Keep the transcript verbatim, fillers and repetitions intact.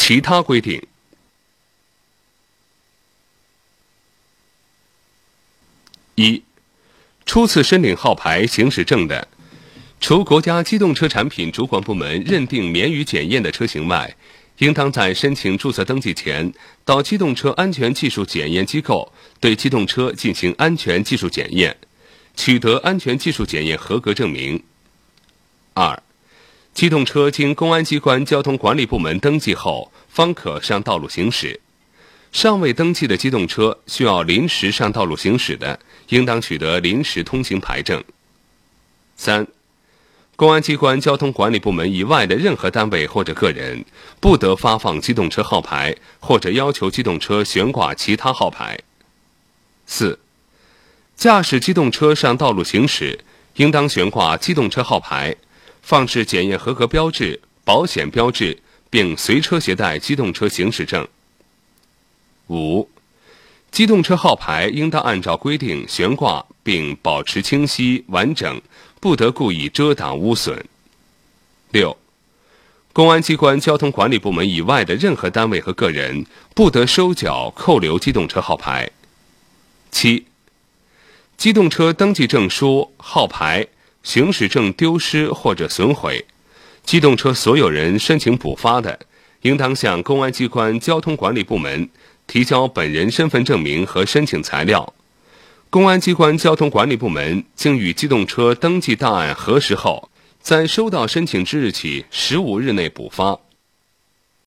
其他规定。一、初次申领号牌行驶证的，除国家机动车产品主管部门认定免予检验的车型外，应当在申请注册登记前，到机动车安全技术检验机构对机动车进行安全技术检验，取得安全技术检验合格证明。二、机动车经公安机关交通管理部门登记后，方可上道路行驶。尚未登记的机动车需要临时上道路行驶的，应当取得临时通行牌证。三、公安机关交通管理部门以外的任何单位或者个人，不得发放机动车号牌或者要求机动车悬挂其他号牌。四、驾驶机动车上道路行驶，应当悬挂机动车号牌，放置检验合格标志、保险标志，并随车携带机动车行驶证。五、机动车号牌应当按照规定悬挂并保持清晰完整，不得故意遮挡污损。六、公安机关交通管理部门以外的任何单位和个人，不得收缴扣留机动车号牌。七、机动车登记证书、号牌、行驶证丢失或者损毁，机动车所有人申请补发的，应当向公安机关交通管理部门提交本人身份证明和申请材料。公安机关交通管理部门经与机动车登记档案核实后，在收到申请之日起十五日内补发。